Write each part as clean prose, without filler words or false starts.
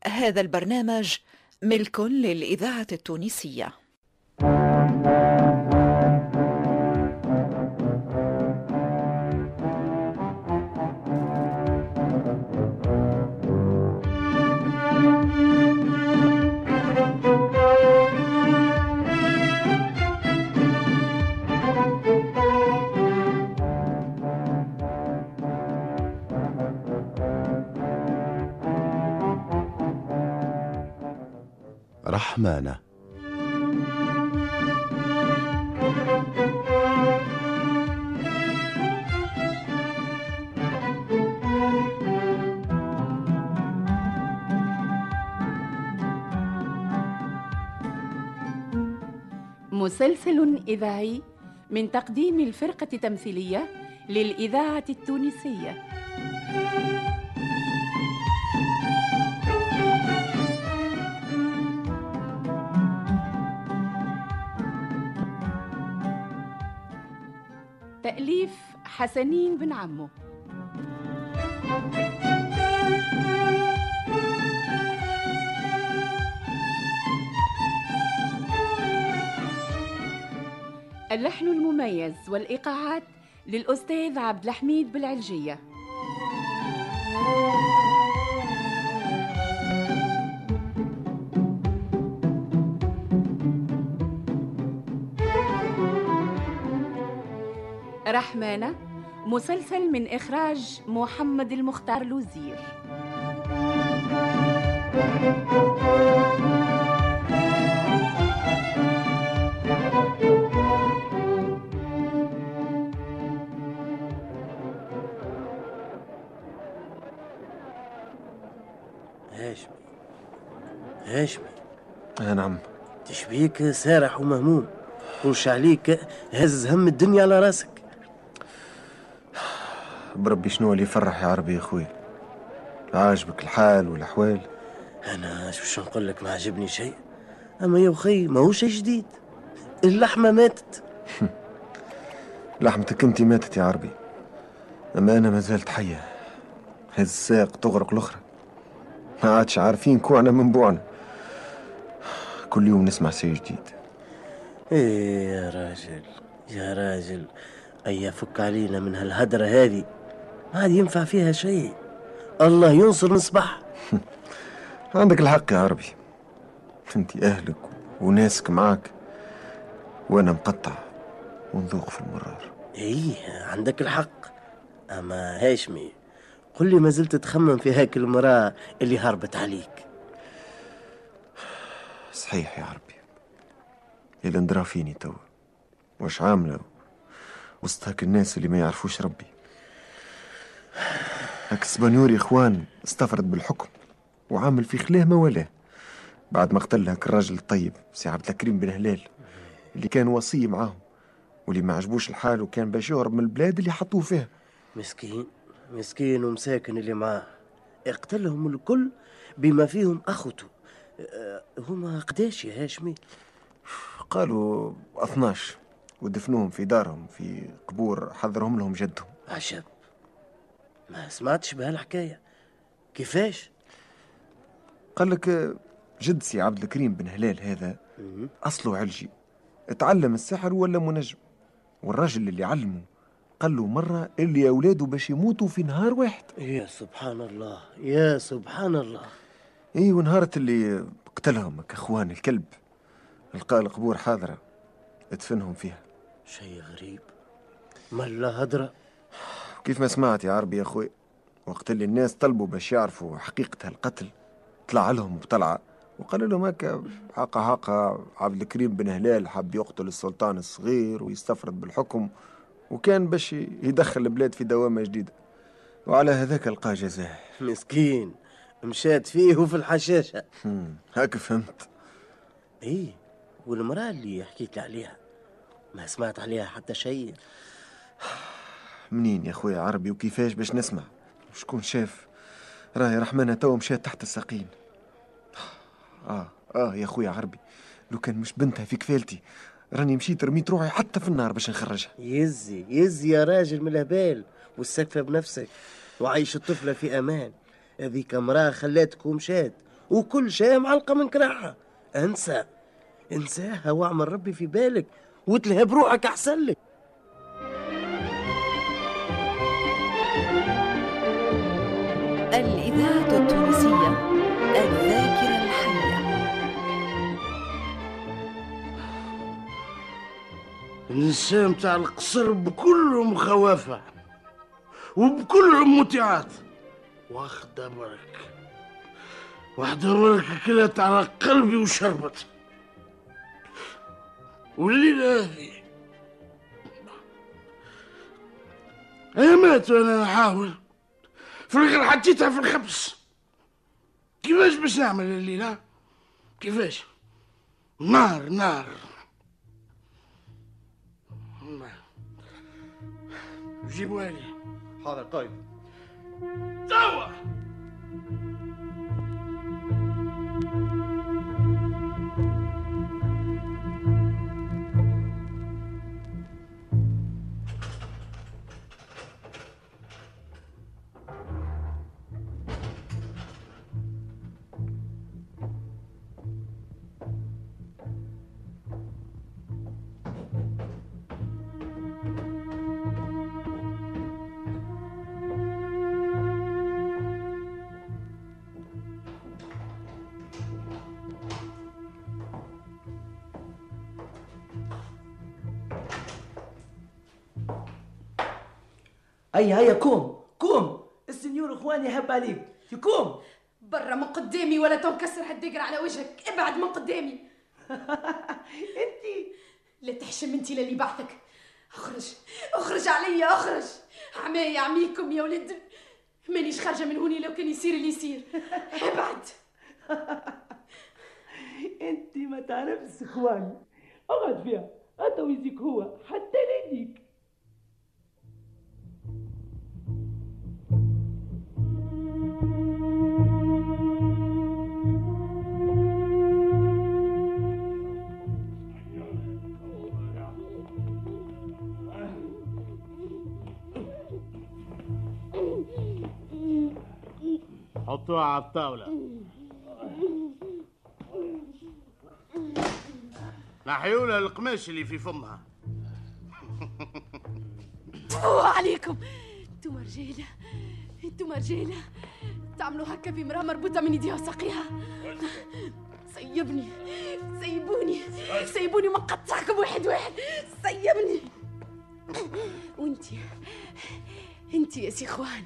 هذا البرنامج ملك للإذاعة التونسية. رحمانة. مسلسل إذاعي من تقديم الفرقة التمثيلية للإذاعة التونسية. تأليف حسنين بن عمو. اللحن المميز والإيقاعات للأستاذ عبد الحميد بالعلجية. رحمانة مسلسل من إخراج محمد المختار لوزير. هاشمي. نعم. تشبيك سارح ومهموم، وش عليك هز هم الدنيا على راسك؟ بربي شنو اللي يفرح يا عربي يا اخوي؟ عاجبك الحال والاحوال؟ انا شوش نقول لك، ما عجبني شيء. اما يا اخي ما هو شيء جديد، اللحمه ماتت. لحمتك انت ماتت يا عربي، اما انا ما زالت حيه. هز الساق تغرق الاخرى، ما عادش عارفين كوعنا من بوعنا. كل يوم نسمع شيء جديد. ايه يا راجل يا راجل، اي فك علينا من هالهدرة هذه، ما عاد ينفع فيها شيء. الله ينصر نصبح. عندك الحق يا عربي، انت اهلك وناسك معاك، وانا مقطع ونذوق في المرار. ايه عندك الحق. اما هاشمي، قل لي، ما زلت تخمم في هاك المرأة اللي هربت عليك؟ صحيح يا عربي، اللي ندرا فيني توا واش عامله وسط هاك الناس اللي ما يعرفوش ربي. هاك السبانيوري اخوان استفرد بالحكم وعامل في خلاه ما ولاه، بعد ما قتل هاك الراجل الطيب سي عبد الكريم بن هلال اللي كان وصي معاهم، واللي ما عجبوش الحال وكان باش يهرب من البلاد اللي حطوه فيها. مسكين ومساكن اللي معاه، اقتلهم الكل بما فيهم أخوته. هما قداش يا هاشمي؟ قالوا 12، ودفنوهم في دارهم في قبور حضرهم لهم جدهم. عجب، ما سمعتش بهالحكاية. كيفاش؟ قال لك جد سي عبد الكريم بن هلال هذا أصله علجي، اتعلم السحر ولا منجم، والراجل اللي علمه قال له مرة اللي أولاده باش يموتوا في نهار واحد. يا سبحان الله يا سبحان الله. ايه، ونهارت اللي قتلهم كأخوان الكلب لقى القبور حاضرة ادفنهم فيها. شيء غريب، ما لا هدرة. كيف ما سمعت يا عربي يا أخوي، وقت اللي الناس طلبوا باش يعرفوا حقيقة هالقتل طلع لهم بطلعة وقال لهم هكا حقا عبد الكريم بن هلال حب يقتل السلطان الصغير ويستفرد بالحكم، وكان باش يدخل البلاد في دوامة جديدة، وعلى هذاك لقى جزاه. مسكين مشات فيه وفي الحشاشة. هاك فهمت. ايه، والمرأة اللي حكيت عليها ما سمعت عليها حتى شيء؟ منين يا اخويا عربي وكيفاش باش نسمع؟ شكون شاف؟ راهي رحمانة تو مشات تحت الساقين. يا اخويا عربي، لو كان مش بنتها في كفالتي راني مشيت رميت روحي حتى في النار باش نخرجها. يزي يا راجل من الهبال، والسكفة بنفسك وعيش الطفلة في امان. هذيك امرأة خلاتك ومشات، وكل شيء معلقة من كراعها. انساها واعمل ربي في بالك وتلهي بروحك أحسن لك. الإذاعة التونسية الذاكرة الحية. النساء متاع القصر بكلهم خوافة وبكلهم مطيعات. واحدة برك كلت على قلبي وشربت. والليلة هذه ايامات وانا نحاول، في الاخر حطيتها في الخبز. كيفاش باش نعمل الليلة؟ كيفاش؟ نار جيبوها لي. حاضر قايد. توا هيا قوم السنيور اخواني يحب عليك. قوم برا من قدامي ولا تنكسر هالدقر على وجهك. ابعد من قدامي. انتي لا تحشم انتي للي بعثك. اخرج علي، اخرج. عمايا عميكم يا ولد. مانيش خارجه من هوني لو كان يصير اللي يصير. ابعد. انتي ما تعرفش اخواني. اقعد فيها انت ويزيك هو حتى ليديك. حطوها على الطاولة. نحيولها القماش اللي في فمها. عليكم انتم رجاله تعملوا هكا في مرأة مربوطة من يديها وساقيها. سيبوني ونقطعكم واحد سيبني. وانت يا سي خوان،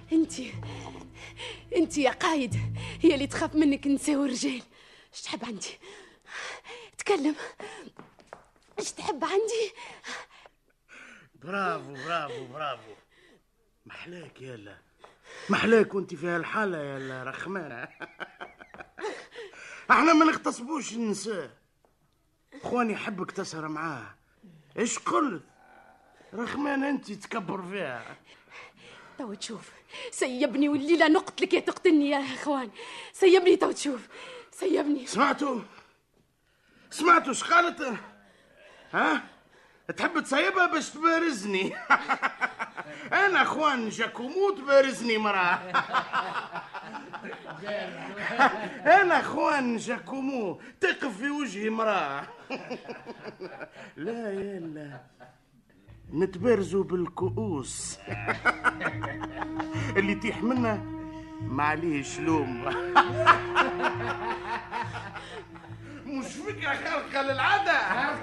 انت يا قايد هي اللي تخاف منك نساء ورجال. اش تحب عندي؟ تكلم. اش تحب عندي؟ برافو محلاك يالا، محلاك وانت في هالحالة يالا رخمانة. احنا ما نغتصبوش النساء. اخواني يحبك تسهر معاه. ايش قلت؟ رخمانة انت تكبر فيها. تو تشوف. سيبني والليلة نقتلك يا تقتلني يا اخوان. سيبني تو تشوف. سيبني. سمعتوا اش قالت؟ ها؟ تحب تسيبها باش تبارزني. انا اخوان جاكومو تبارزني مراه. انا اخوان جاكومو تقف في وجهي مراه. لا يلا نتبارزوا بالكؤوس. اللي يطيح منا معليش لوم. مش فكرة خارقة للعادة.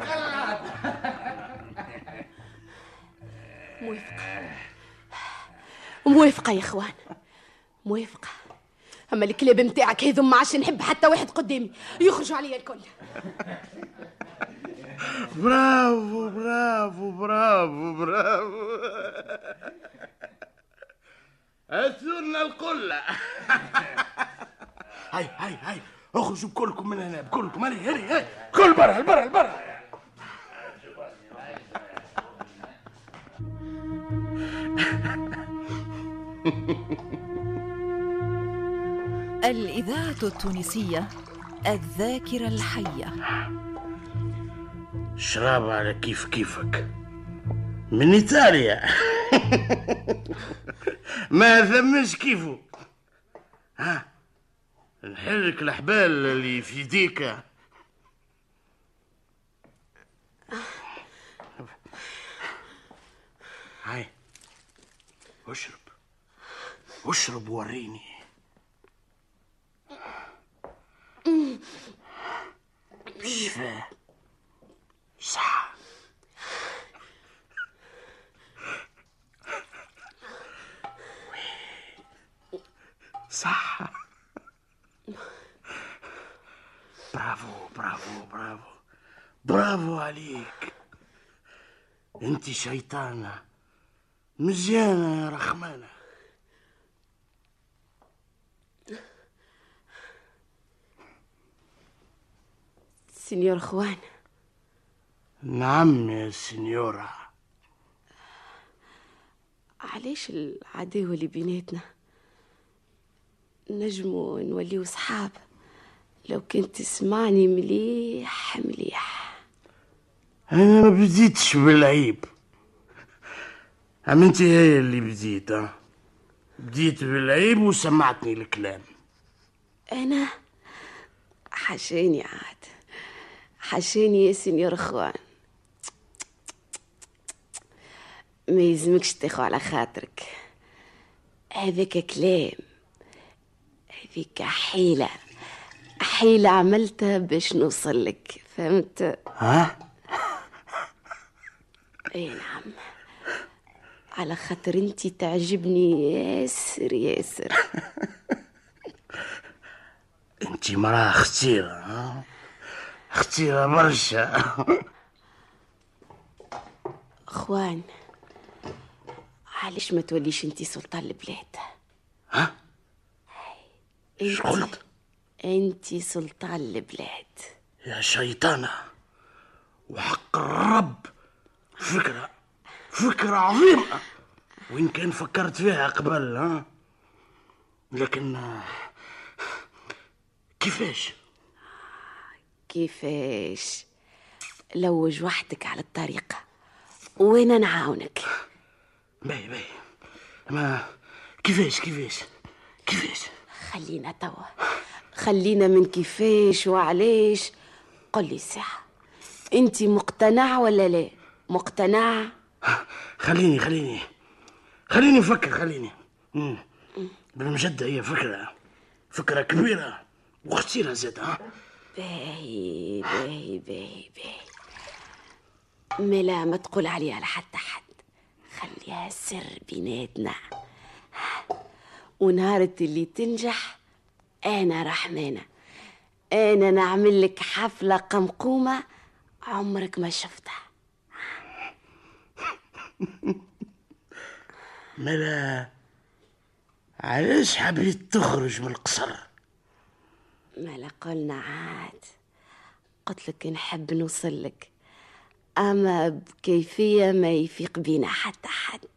موافقة يا اخوان، موافقة. اما الكلاب متاعك هذم ما عادش نحب حتى واحد قدامي. يخرجوا عليا الكل. برافو هاتولنا القلة. هاي اخرجوا بكلكم من هنا، بكلكم. هاي كل برا. الإذاعة التونسية الذاكرة الحية. شراب على كيفك من إيطاليا. ما ثمش كيفه. ها نحرك الحبال اللي في يديك. هاي اشرب اشرب وريني. بالشفاه صح. صح. برافو برافو برافو برافو عليك. انت شيطانة مزيانة يا رحمانة. سينيور خوان. نعم يا سينيورة. علاش العداوة اللي بيناتنا؟ نجمو نوليو صحاب لو كنت تسمعني مليح مليح. انا ما بديتش بالعيب، انت هي اللي بديت. بديت بالعيب وسمعتني الكلام. انا حشاني عاد، حشاني يا سينيور خوان. ما يلزمكش تاخو على خاطرك، هذاك كلام، هذيك حيلة حيلة عملتها باش نوصل لك، فهمت؟ ها؟ اي نعم، على خاطر انتي تعجبني ياسر ياسر. انتي مراه خطيرة، خطيرة برشا. اخوان، علاش ما توليش انتي سلطان البلاد؟ ها؟ ايش قلت؟ انتي سلطان البلاد يا شيطانة، وحق الرب فكرة عظيمة، وإن كان فكرت فيها قبل. لكن كيفاش لوج وحدك على الطريقة وانا نعاونك. باي ما كيفاش خلينا توا، خلينا من كيفاش وعليش. قل لي الساعة، انتي مقتنع ولا لا؟ مقتنع؟ خليني نفكر. خليني بالمجد، هي فكرة كبيرة وخطيرة زاد. باهي ملا ما تقول عليها لحتى حد، خليها سر بيناتنا. ونهارت اللي تنجح انا رحمانة، انا نعمل لك حفلة قمقومة عمرك ما شفتها. ملا علاش حبيت تخرج من القصر؟ ملا قلنا عاد، قلت لك نحب نوصل لك، اما بكيفية ما يفيق بينا حتى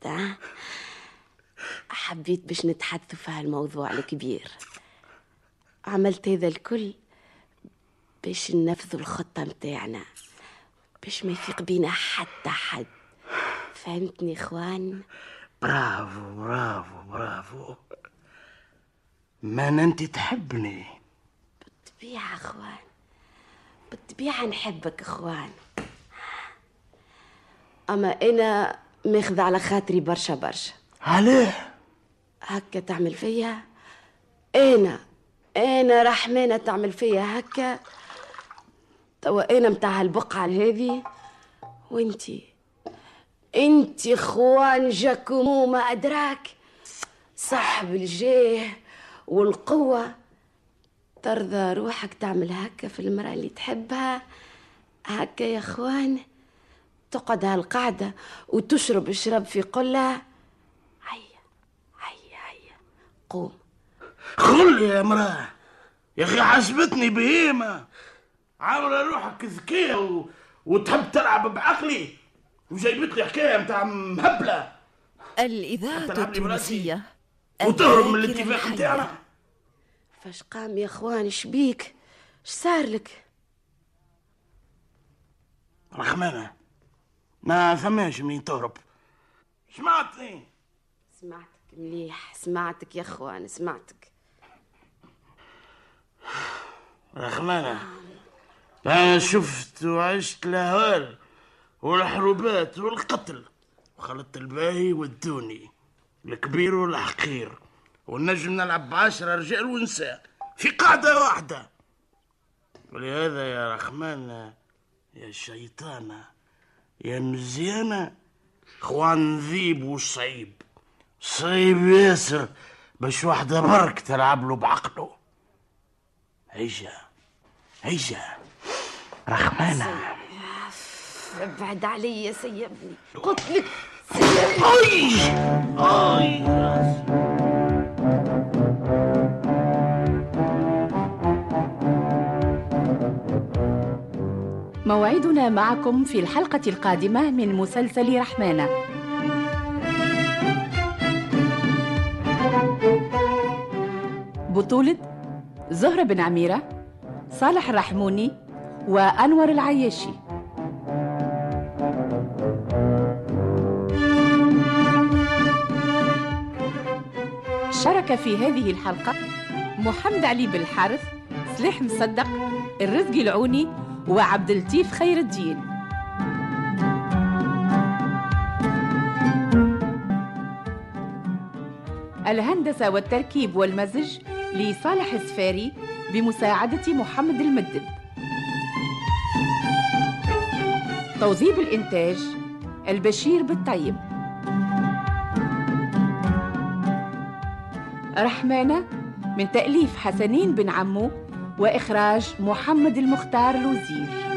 حبيت باش نتحدثوا في هالموضوع الكبير. عملت هذا الكل باش ننفذوا الخطة متاعنا، باش ما يفيق بينا حتى حد. فهمتني اخوان؟ برافو. ما انت تحبني بالطبيعة اخوان، بالطبيعة نحبك اخوان، اما انا ماخذ على خاطري برشا. عليه هكا تعمل فيا؟ انا رحمانة تعمل فيا هكا؟ توا انا متاع هالبقعة هذه، وانتي اخوان جاكومو ما ادراك، صاحب الجاه والقوة، ترضى روحك تعمل هكا في المرأة اللي تحبها هكا يا اخوان؟ تقعد هالقعدة وتشرب الشرب في قلة؟ هيا قوم. خل يا مراه يا اخي، حسبتني بهيمة عاملة روحك ذكية وتحب تلعب بعقلي، وجايبت لي حكاية متاع مهبلة. الإذاعة التونسية وتهرب من الاتفاق متاعنا. فاش قام يا اخوان؟ شبيك؟ صار لك؟ رحمانة ما فماش منين تهرب. سمعتني؟ سمعتك مليح، سمعتك يا اخوان، سمعتك. رحمانة، أنا شفت وعشت الأهوال والحروبات والقتل، وخلطت الباهي والدوني، الكبير والحقير، والنجم نلعب ب10 رجال ونساء في قاعدة واحدة. ولهذا يا رحمن يا شيطانة يا مزيانة، خوان ذيب وصعيب، صعيب ياسر باش واحدة برك تلعب له بعقله. هيجا رحمانة، ابعد علي يا سيبني، قلت لك أي موعدنا معكم في الحلقة القادمة من مسلسل رحمانة. بطولة زهرة بن عميرة، صالح الرحموني، وأنور العياشي. شارك في هذه الحلقة محمد علي بالحارث، سليح مصدق، الرزقي العوني، وعبد اللطيف خير الدين. الهندسة والتركيب والمزج لصالح السفاري بمساعدة محمد المدب. توظيف الإنتاج البشير بالطيب. رحمانة من تأليف حسنين بن عمو وإخراج محمد المختار الوزير.